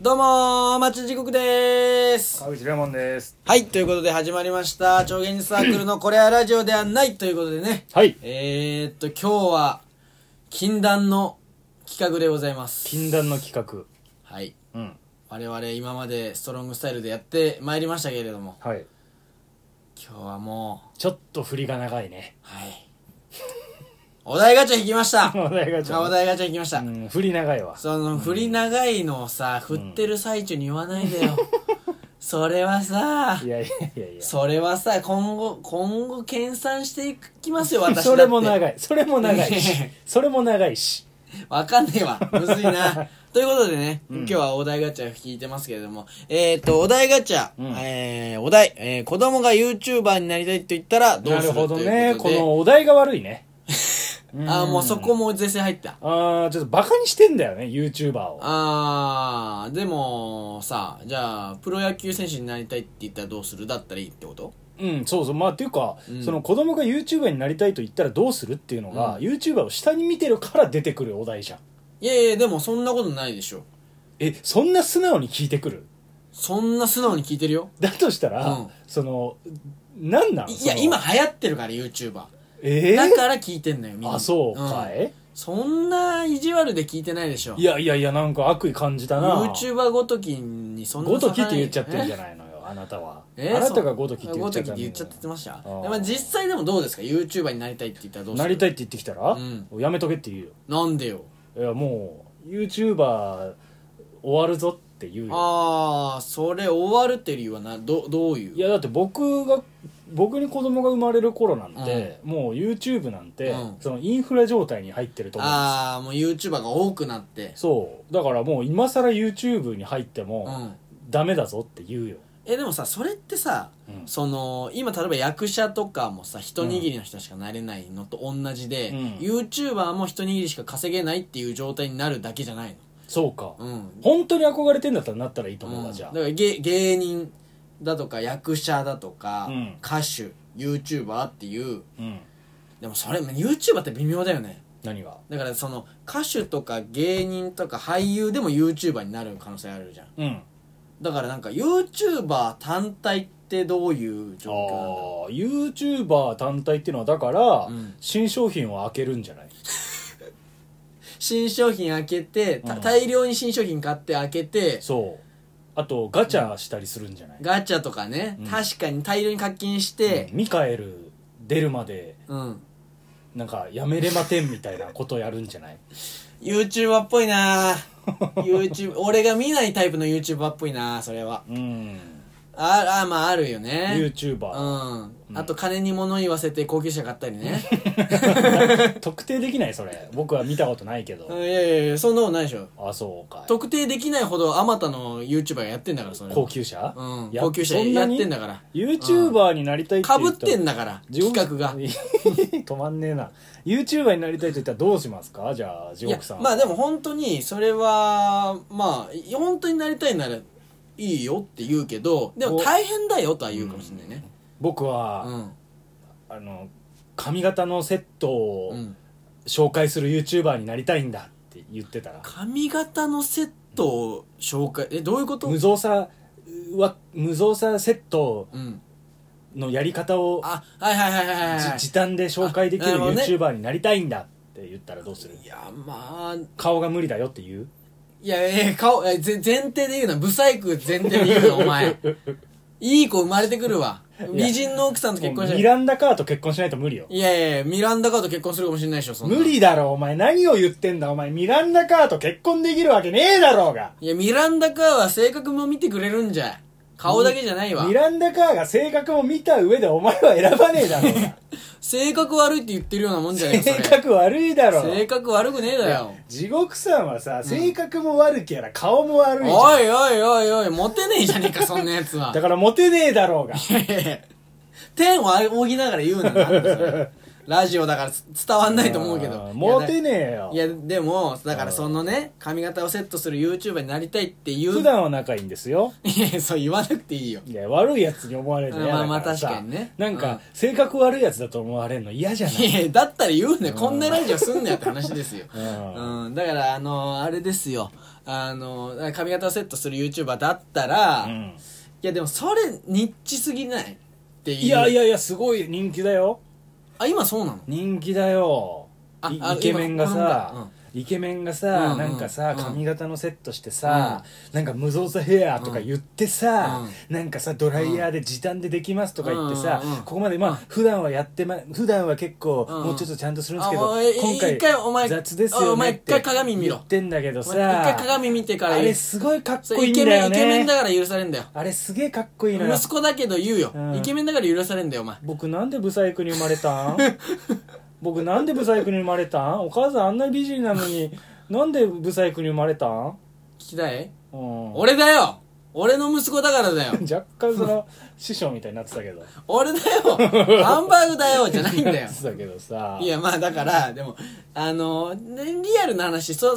どうもー、待ち時刻でーす。 川口レモンです。 はい、ということで始まりました超現実サークルのこれはラジオではないということでね、 はい。 今日は禁断の企画でございます。 禁断の企画。 はい、 うん。 我々今までストロングスタイルでやってまいりましたけれども、 はい。 今日はもうちょっと振りが長いね。 はいお題ガチャ引きましたお題ガチャ、 お題ガチャ引きました。 振り長いわ。 その振り長いのをさ、振ってる最中に言わないでよそれはさ、 いやそれはさ、今後研鑽していきますよ、私だって。 それも長いしそれも長いしわかんねえわ、むずいなということでね、今日はお題ガチャ聞いてますけれども、お題ガチャ、お題、子供が YouTuber になりたいと言ったらどうする？ なるほどね。 ということで、 このお題が悪いねもうそこも是正入った。 ちょっとバカにしてんだよね、YouTuber を。 でもさ、じゃあプロ野球選手になりたいって言ったらどうするだったらいいってこと？ そうそう。まあっていうか、その子供が YouTuber になりたいと言ったらどうするっていうのが、YouTuber を下に見てるから出てくるお題じゃん。 いやいや、でもそんなことないでしょ。 そんな素直に聞いてくる？ そんな素直に聞いてるよ。 だとしたら、なんなん？ いや、今流行ってるから YouTuber。だから聞いてんのよ、みんな。 そうかい？ そんな意地悪で聞いてないでしょ。 いや、なんか悪意感じたな。 YouTuber ごときにそんなごときって言っちゃってるんじゃないのよ、あなたは。あなたがごときって言っちゃった。 言っちゃってました。実際でもどうですか？ YouTuber になりたいって言ったらどうする？ なりたいって言ってきたら、やめとけって言うよ。 なんでよ。 いや、もう YouTuber 終わるぞって言うよ。 それ終わるって理由はどういう？ いや、だって僕に子供が生まれる頃なんて、もう YouTube なんて、そのインフラ状態に入ってると思うんですよ。 もう YouTuber が多くなって。 そうだからもう今更 YouTube に入っても、ダメだぞって言うよ。 でもさ、それってさ、今例えば役者とかもさ、一握りの人しかなれないのと同じで、YouTuber も一握りしか稼げないっていう状態になるだけじゃないの？ そうか。本当に憧れてんだったらなったらいいと思うわ、じゃあ。 だから芸人だとか役者だとか、歌手 YouTuber っていう、でもそれ YouTuber って微妙だよね。 何が？ だからその歌手とか芸人とか俳優でも YouTuber になる可能性あるじゃん。だからなんか YouTuber 単体ってどういう状況なんだ？ YouTuber 単体っていうのはだから、新商品を開けるんじゃない？ 新商品開けて、大量に新商品買って開けて、 そうあとガチャしたりするんじゃない？ ガチャとかね、確かに大量に課金して、 ミカエル出るまで、なんかやめれまてんみたいなことやるんじゃない？ YouTuber っぽいなYouTube 俺が見ないタイプの YouTuber っぽいな、それは。まああるよね YouTuber。 あと金に物言わせて高級車買ったりね特定できない？それ僕は見たことないけど。 いやそんなことないでしょ。 そうか。 特定できないほどあまたの YouTuber がやってんだから、それ高級車？ 高級車やってんだから。 YouTuber になりたいって言ったら被ってんだから企画が止まんねえな。 YouTuber になりたいと言ったらどうしますか？じゃあ地獄さん。 まあでも本当にそれはまあ本当になりたいならいいよって言うけど、でも大変だよとは言うかもしれないね。 僕は、髪型のセットを紹介する YouTuber になりたいんだって言ってたら、 髪型のセットを紹介、どういうこと？ 無造作セットのやり方を時短で紹介できる YouTuber になりたいんだって言ったらどうする？ いやまあ顔が無理だよって言う？ いや前提で言うな、ブサイク前提で言うなお前いい子生まれてくるわ。美人の奥さんと結婚しない。 ミランダカーと結婚しないと無理よ。 いやミランダカーと結婚するかもしれないでしょ、そんな。 無理だろお前、何を言ってんだお前。ミランダカーと結婚できるわけねえだろうが。 いやミランダカーは性格も見てくれるんじゃ。顔だけじゃないわ。 ミランダカーが性格も見た上でお前は選ばねえだろうが性格悪いって言ってるようなもんじゃねえか、それ。 性格悪いだろ。 性格悪くねえだよ。 地獄さんはさ、性格も悪きやら顔も悪いじゃん。 おいモテねえじゃねえかそんなやつは。 だからモテねえだろうが。 天を仰ぎながら言うな。なんだそれラジオだから伝わんないと思うけど。 モテねえよ。 いやでもだからそのね、髪型をセットする YouTuber になりたいっていう。 普段は仲いいんですよ。 いやそう言わなくていいよ。 いや悪いやつに思われるの嫌だからさ。 まあ確かにね。 なんか、性格悪いやつだと思われるの嫌じゃない？ いやだったら言うね、こんなラジオすんねやって話ですよ。だからあれですよ。 髪型をセットする YouTuber だったら、 うん、 いやでもそれニッチすぎないっていう。 いやいやいや、すごい人気だよ。 あ、今そうなの？ 人気だよ。イケメンがさ、イケメンがさ、なんかさ、髪型のセットしてさ、なんか無造作ヘアとか言ってさ、なんかさ、ドライヤーで時短でできますとか言ってさ、ここまでまあ普段は結構もうちょっとちゃんとするんですけど、今回雑ですよねって一回鏡見ろ言ってんだけどさ、 一回鏡見てからあれすごいかっこいいんだよね。 イケメンだから許されんだよ。 あれすげえかっこいいのよ。 息子だけど言うよ、イケメンだから許されんだよお前。 僕なんでブサイクに生まれたん僕なんでブサイクに生まれたん。お母さんあんなに美人なのになんでブサイクに生まれたん。 聞きたい？ うん、 俺だよ。俺の息子だからだよ。 若干その師匠みたいになってたけど俺だよハンバーグだよじゃないんだよだけどさ、 いやまあだからでもリアルな話、その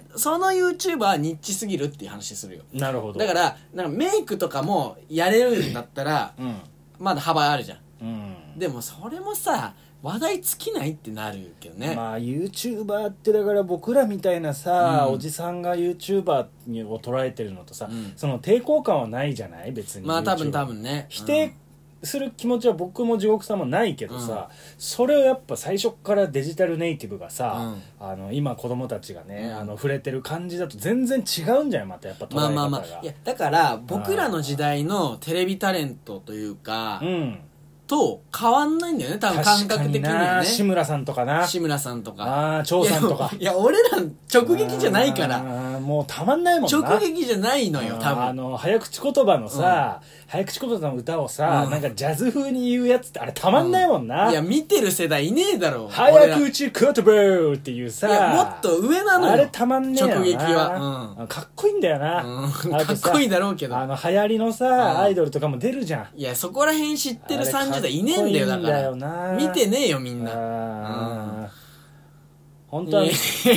YouTuber はニッチすぎるっていう話するよ。 なるほど。 だからなんかメイクとかもやれるんだったら、うん、まだ幅あるじゃん、うん、でもそれもさ話題尽きないってなるけどね。 まあ YouTuber ってだから僕らみたいなさ、うん、おじさんが YouTuber を捉えてるのとさ、うん、その抵抗感はないじゃない別に。 まあ多分ね、 否定する気持ちは僕も地獄さんもないけどさ、うん、それをやっぱ最初からデジタルネイティブがさ、うん、今子供たちがね、うん、触れてる感じだと全然違うんじゃない。またやっぱ捉え方が、 まあいやだから僕らの時代のテレビタレントというか、うんと変わんないんだよね多分感覚的にはね。 志村さんとかな。 志村さんとか張さんとか。 いや俺ら直撃じゃないからもうたまんないもんな。 直撃じゃないのよ多分。 早口言葉のさ、早口言葉の歌をさ、なんかジャズ風に言うやつってあれたまんないもんな。 いや見てる世代いねえだろ。 早口言葉っていうさ、 いやもっと上なのよあれたまんねえよな。 直撃は、 かっこいいんだよな、 かっこいいだろうけど流行りのさ、アイドルとかも出るじゃん。 いやそこら辺知ってる30代いねえんだよ。だから見てねえよみんな。 本当は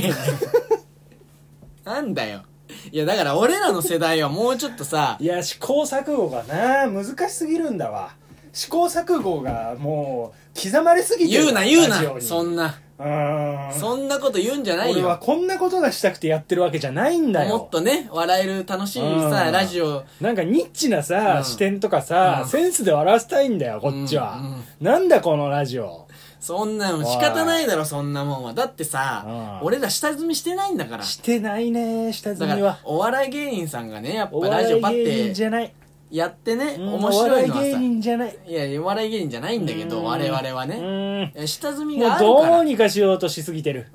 なんだよ。いやだから俺らの世代はもうちょっとさ、 いや試行錯誤がな難しすぎるんだわ。試行錯誤がもう刻まれすぎてる。 言うなそんなこと言うんじゃないよ。 俺はこんなことがしたくてやってるわけじゃないんだよ。 もっとね笑える楽しいさラジオなんかニッチなさ、視点とかさ、センスで笑わせたいんだよこっちは、なんだこのラジオ。 そんなの仕方ないだろそんなもんは。だってさ、俺ら下積みしてないんだから。 してないね下積みは。 お笑い芸人さんがねやっぱラジオパッてお笑い芸人じゃないやってね、面白いのはさ、お笑い芸人じゃない。 いやお笑い芸人じゃないんだけど我々はね下積みがあるから。 もうどうにかしようとしすぎてる。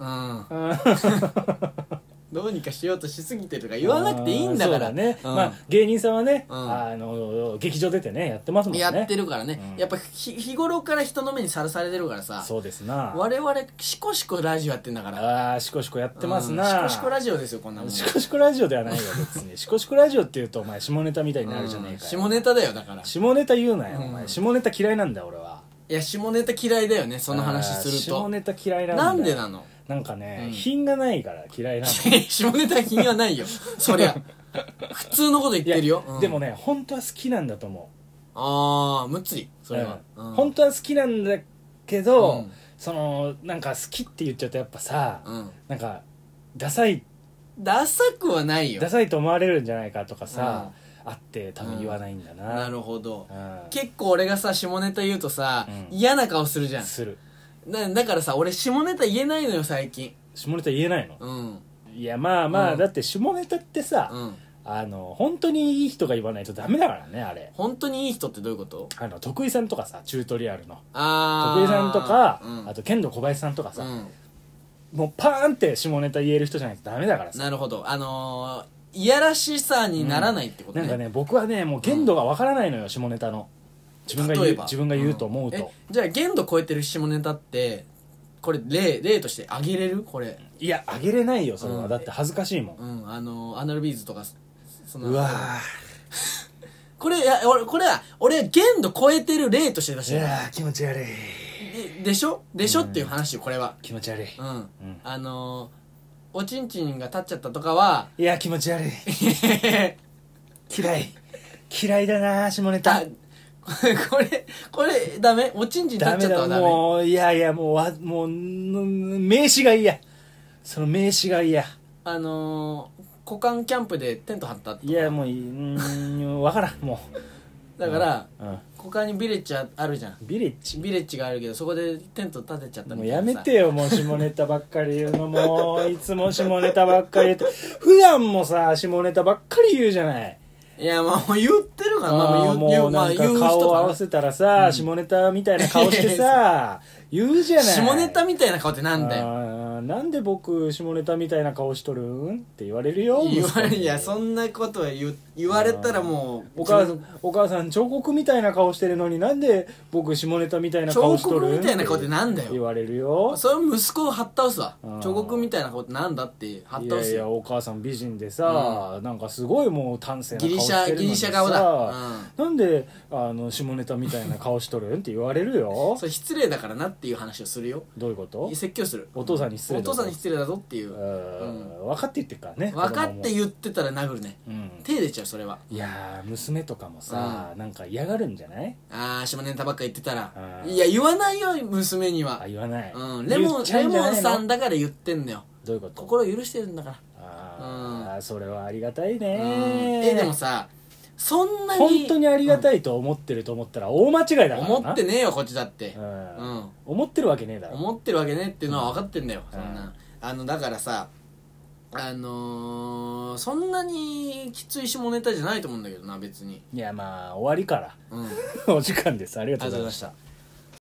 どうにかしようとしすぎてるとか言わなくていいんだから。 そうだね、まあ芸人さんはね、劇場出てねやってますもんね。 やってるからね、やっぱ日頃から人の目にさらされてるからさ。 そうですな。 我々シコシコラジオやってんだから。 シコシコやってますな。 シコシコラジオですよこんなもん。 シコシコラジオではないよ別に。シコシコラジオって言うとお前下ネタみたいになるじゃねえかよ。 下ネタだよだから。 下ネタ言うなよお前。下ネタ嫌いなんだよ俺は。 いや下ネタ嫌いだよねその話すると。 下ネタ嫌いなんだよ。 なんでなの。 なんかね、品がないから嫌いなの。 下ネタ品はないよそりゃ普通のこと言ってるよ。 でもね本当は好きなんだと思う。 むっつりそれは、 本当は好きなんだけど、そのなんか好きって言っちゃうとやっぱさ、なんかダサくはないよ。 ダサいと思われるんじゃないかとかさ、あって多分言わないんだな。 なるほど、結構俺がさ下ネタ言うとさ、嫌な顔するじゃん。 する。 だからさ俺下ネタ言えないのよ最近。 下ネタ言えないの。いやまあ、だって下ネタってさ、本当にいい人が言わないとダメだからねあれ。 本当にいい人ってどういうこと？ 徳井さんとかさチュートリアルの徳井さんとか、あと剣道小林さんとかさ、もうパーンって下ネタ言える人じゃないとダメだからさ。 なるほど。いやらしさにならないってことね。 なんかね僕はねもう限度がわからないのよ下ネタの。自分が言うと思うと、 じゃあ限度超えてる下ネタってこれ例としてあげれる？これいやあげれないよそれは、だって恥ずかしいもん。 アナルビーズとかうわこれは俺限度超えてる例として出してる。 いや気持ち悪いでしょっていう話よこれは。 気持ち悪い。 おちんちんが立っちゃったとかはいや気持ち悪い嫌いだな下ネタ。 これダメ？おちんちん立っちゃったらダメ？ もういやもう名詞が嫌。その名詞が嫌。 股間キャンプでテント張ったっていやもう分からんもうだから、 うん、 股間にビレッジあるじゃん。 ビレッジがあるけどそこでテント立てちゃったみたいなさ。 もうやめてよもう下ネタばっかり言うのもういつも下ネタばっかり言って普段もさ下ネタばっかり言うじゃない。 いやまあ言ってるからもうなんか顔を合わせたらさ、下ネタみたいな顔してさ言うじゃない。 下ネタみたいな顔ってなんだよ。 なんで僕下ネタみたいな顔しとるんって言われるよ。 いやそんなことは言われたらもうお母さん彫刻みたいな顔してるのになんで僕下ネタみたいな顔しとるん彫刻みたいな顔ってなんだよ言われるよ。 それ息子をはった倒すわ。彫刻みたいな顔ってなんだってはった倒すよ。 いやお母さん美人でさ、なんかすごいもう端正な顔してるのにさギリシャ顔だ、 なんで下ネタみたいな顔しとるんって言われるよ。 それ失礼だからなっていう話をするよ。 どういうこと？ 説教する。 お父さんに失礼だぞ。 お父さんに失礼だぞっていう、 分かって言ってるからね。 分かって言ってたら殴るね、手出ちゃうそれは。 いや娘とかもさ、なんか嫌がるんじゃない？ 下ネタばっか言ってたら、いや言わないよ娘には。 言わない、 レモンさんだから言ってんのよ。 どういうこと？ 心許してるんだから。 それはありがたいね。 でもさそんなに本当にありがたいと思ってると思ったら大間違いだからな。 思ってねえよこっちだって、 思ってるわけねえだろ。 思ってるわけねえっていうのは分かってんだよ、そんなだからさそんなにきつい下ネタじゃないと思うんだけどな別に。 いやまあ終わりから、お時間です。ありがとうございました。